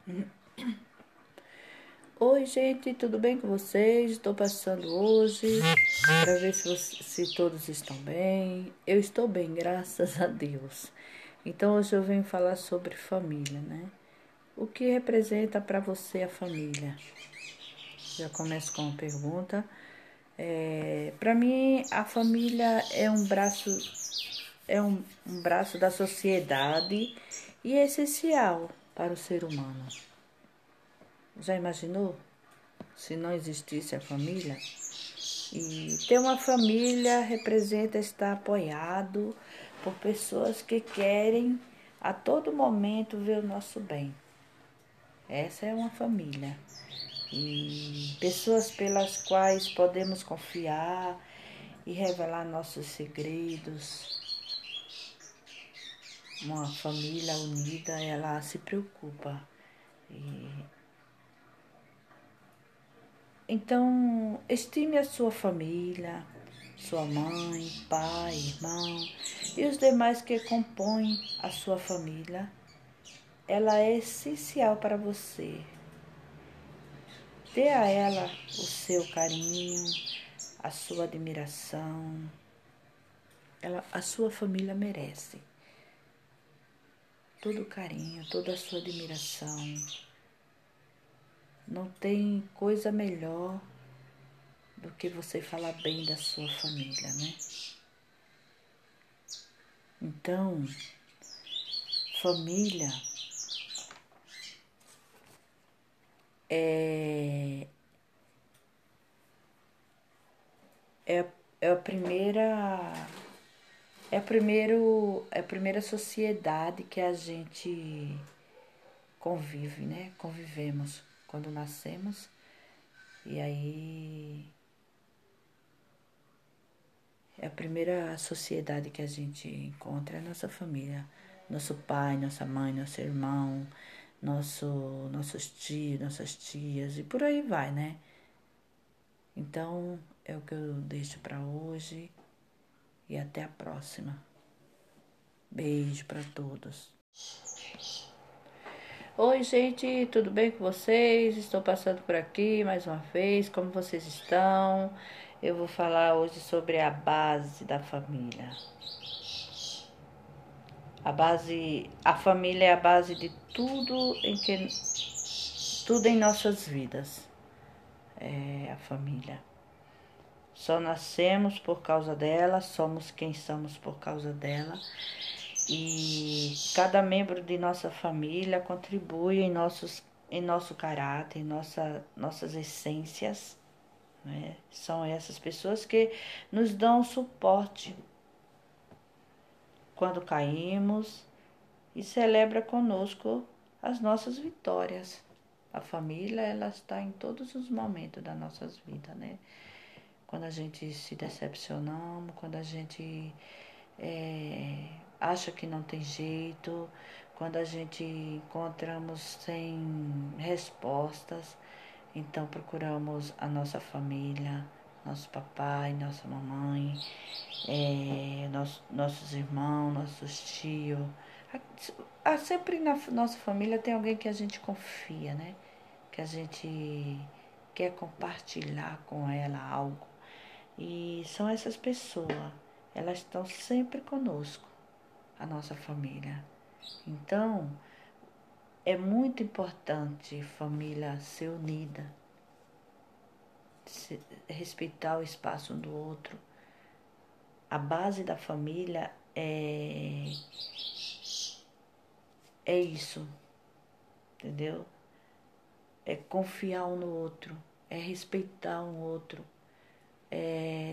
Oi, gente, tudo bem com vocês? Estou passando hoje para ver se todos estão bem. Eu estou bem, graças a Deus. Então, hoje eu venho falar sobre família, né? O que representa para você a família? Já começo com uma pergunta. Para mim, a família é um braço da sociedade e é essencial para o ser humano. Já imaginou se não existisse a família? E ter uma família representa estar apoiado por pessoas que querem a todo momento ver o nosso bem. Essa é uma família. E pessoas pelas quais podemos confiar e revelar nossos segredos. Uma família unida, ela se preocupa. Então, estime a sua família, sua mãe, pai, irmão e os demais que compõem a sua família. Ela é essencial para você. Dê a ela o seu carinho, a sua admiração. A sua família merece todo o carinho, toda a sua admiração. Não tem coisa melhor do que você falar bem da sua família, né? Então, família é, é, é a primeira é a primeira sociedade que a gente convive, né? Convivemos quando nascemos e aí é a primeira sociedade que a gente encontra é a nossa família, nosso pai, nossa mãe, nosso irmão, nossos tios, nossas tias e por aí vai, né? Então é o que eu deixo para hoje e até a próxima. Beijo para todos. Oi, gente, tudo bem com vocês? Estou passando por aqui mais uma vez. Como vocês estão? Eu vou falar hoje sobre a base da família. A família é a base de tudo em nossas vidas. É a família. Só nascemos por causa dela, somos quem somos por causa dela. E cada membro de nossa família contribui em nosso caráter, nossas essências, né? São essas pessoas que nos dão suporte quando caímos e celebra conosco as nossas vitórias. A família, ela está em todos os momentos das nossas vidas, né? Quando a gente se decepcionamos, quando a gente acha que não tem jeito, quando a gente encontramos sem respostas, então procuramos a nossa família, nosso papai, nossa mamãe, nossos irmãos, nossos tios. Sempre na nossa família tem alguém que a gente confia, né? Que a gente quer compartilhar com ela algo. E são essas pessoas, elas estão sempre conosco, a nossa família. Então, é muito importante família ser unida, respeitar o espaço um do outro. A base da família é isso, entendeu? É confiar um no outro, é respeitar um outro, é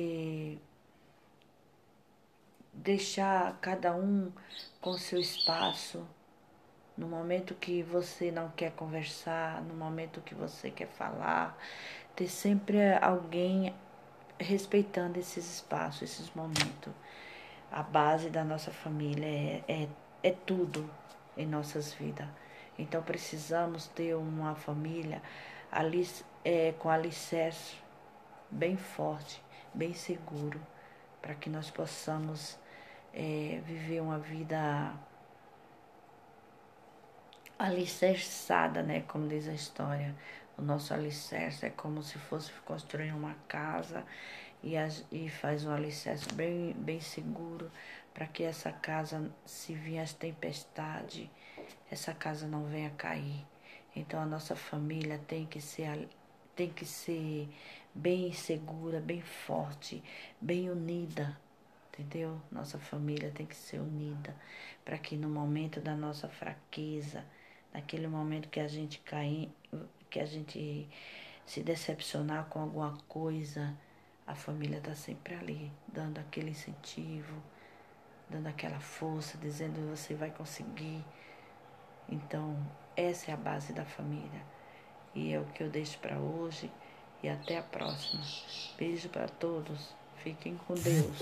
deixar cada um com seu espaço. No momento que você não quer conversar, no momento que você quer falar, ter sempre alguém respeitando esses espaços, esses momentos. A base da nossa família é tudo em nossas vidas. Então precisamos ter uma família com alicerce bem forte, bem seguro, para que nós possamos viver uma vida alicerçada, né? Como diz a história. O nosso alicerce é como se fosse construir uma casa e faz um alicerce bem seguro para que essa casa, se vier as tempestades, essa casa não venha cair. Então a nossa família tem que ser bem segura, bem forte, bem unida, entendeu? Nossa família tem que ser unida para que no momento da nossa fraqueza, naquele momento que a gente cair, que a gente se decepcionar com alguma coisa, a família está sempre ali, dando aquele incentivo, dando aquela força, dizendo que você vai conseguir. Então, essa é a base da família. E é o que eu deixo para hoje. E até a próxima. Beijo para todos. Fiquem com Deus.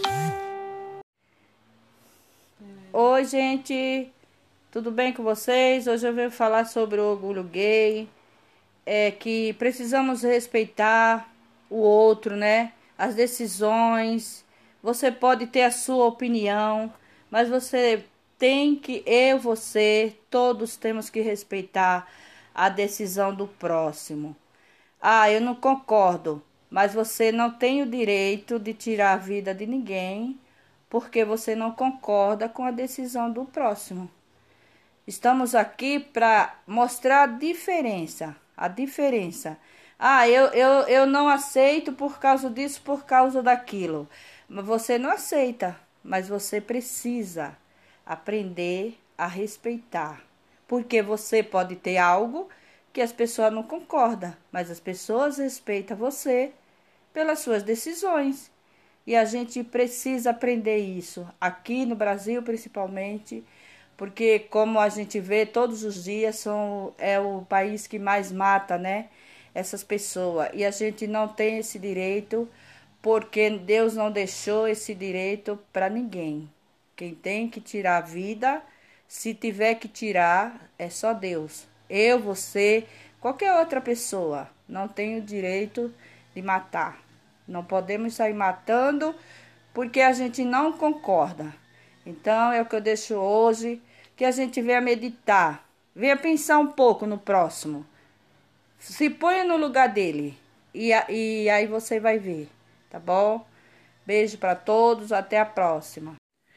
Oi, gente. Tudo bem com vocês? Hoje eu venho falar sobre o orgulho gay. É que precisamos respeitar o outro, né? As decisões. Você pode ter a sua opinião, mas você, todos temos que respeitar a decisão do próximo. Ah, eu não concordo, mas você não tem o direito de tirar a vida de ninguém porque você não concorda com a decisão do próximo. Estamos aqui para mostrar a diferença. A diferença. Ah, eu não aceito por causa disso, por causa daquilo. Você não aceita, mas você precisa aprender a respeitar. Porque você pode ter algo que as pessoas não concordam, mas as pessoas respeitam você pelas suas decisões. E a gente precisa aprender isso, aqui no Brasil principalmente, porque como a gente vê todos os dias, é o país que mais mata, né? Essas pessoas. E a gente não tem esse direito, porque Deus não deixou esse direito para ninguém. Quem tem que tirar a vida, se tiver que tirar, é só Deus. Eu, você, qualquer outra pessoa não tem o direito de matar. Não podemos sair matando porque a gente não concorda. Então é o que eu deixo hoje, que a gente venha meditar, venha pensar um pouco no próximo. Se ponha no lugar dele e aí você vai ver, tá bom? Beijo para todos, até a próxima.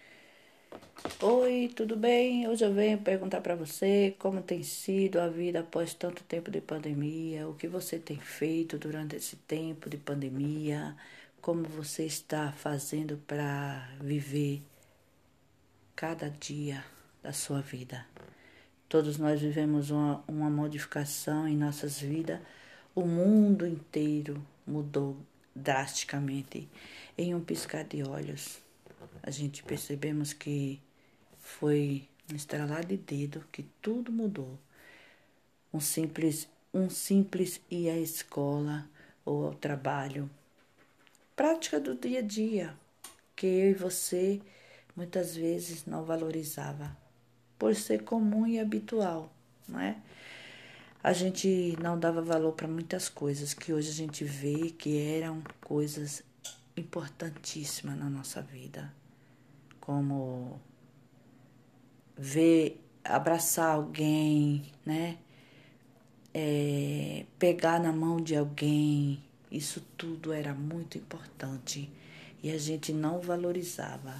Oi, tudo bem? Hoje eu venho perguntar para você como tem sido a vida após tanto tempo de pandemia, o que você tem feito durante esse tempo de pandemia, como você está fazendo para viver cada dia da sua vida. Todos nós vivemos uma modificação em nossas vidas. O mundo inteiro mudou drasticamente em um piscar de olhos. A gente percebemos que foi no estralar de dedo que tudo mudou. Um simples ir à escola ou ao trabalho. Prática do dia a dia, que eu e você muitas vezes não valorizava, por ser comum e habitual, não é? A gente não dava valor para muitas coisas que hoje a gente vê que eram coisas importantíssimas na nossa vida, como ver, abraçar alguém, né? Pegar na mão de alguém, isso tudo era muito importante e a gente não valorizava.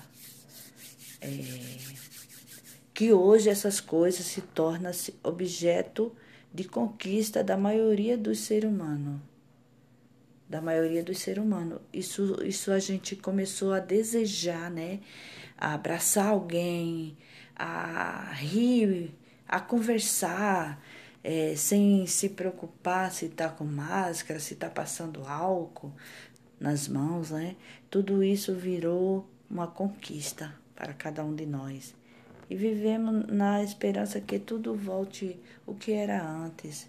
Que hoje essas coisas se tornam objeto de conquista da maioria dos seres humanos. Da maioria dos seres humanos. Isso a gente começou a desejar, né? A abraçar alguém, a rir, a conversar, sem se preocupar se está com máscara, se está passando álcool nas mãos, né? Tudo isso virou uma conquista para cada um de nós. E vivemos na esperança que tudo volte o que era antes.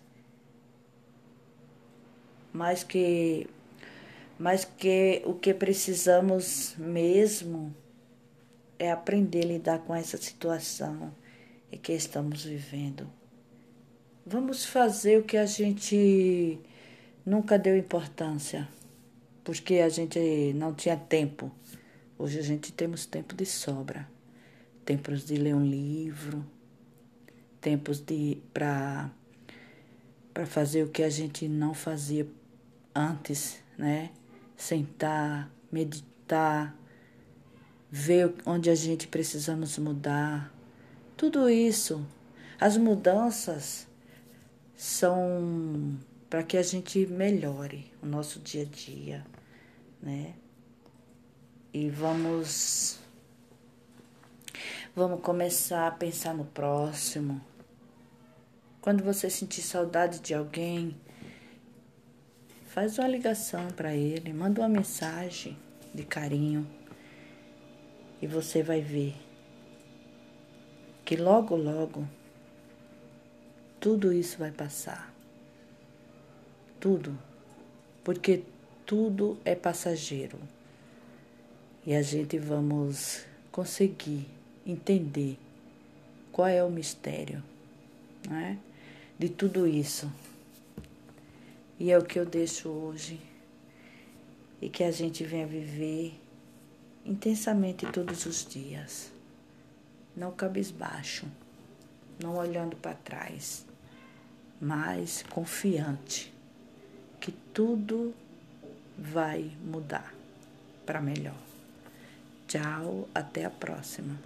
Mas que, mas que o que precisamos mesmo é aprender a lidar com essa situação que estamos vivendo. Vamos fazer o que a gente nunca deu importância, porque a gente não tinha tempo. Hoje a gente temos tempo de sobra. Tempos de ler um livro, tempos para fazer o que a gente não fazia antes, né? Sentar, meditar, ver onde a gente precisamos mudar. Tudo isso, as mudanças são para que a gente melhore o nosso dia a dia, né? E vamos começar a pensar no próximo. Quando você sentir saudade de alguém, faz uma ligação para ele, manda uma mensagem de carinho e você vai ver que logo, logo tudo isso vai passar. Tudo. Porque tudo é passageiro. E a gente vamos conseguir entender qual é o mistério, né, de tudo isso. E é o que eu deixo hoje. E que a gente venha viver intensamente todos os dias. Não cabisbaixo, não olhando para trás, mas confiante que tudo vai mudar para melhor. Tchau, até a próxima.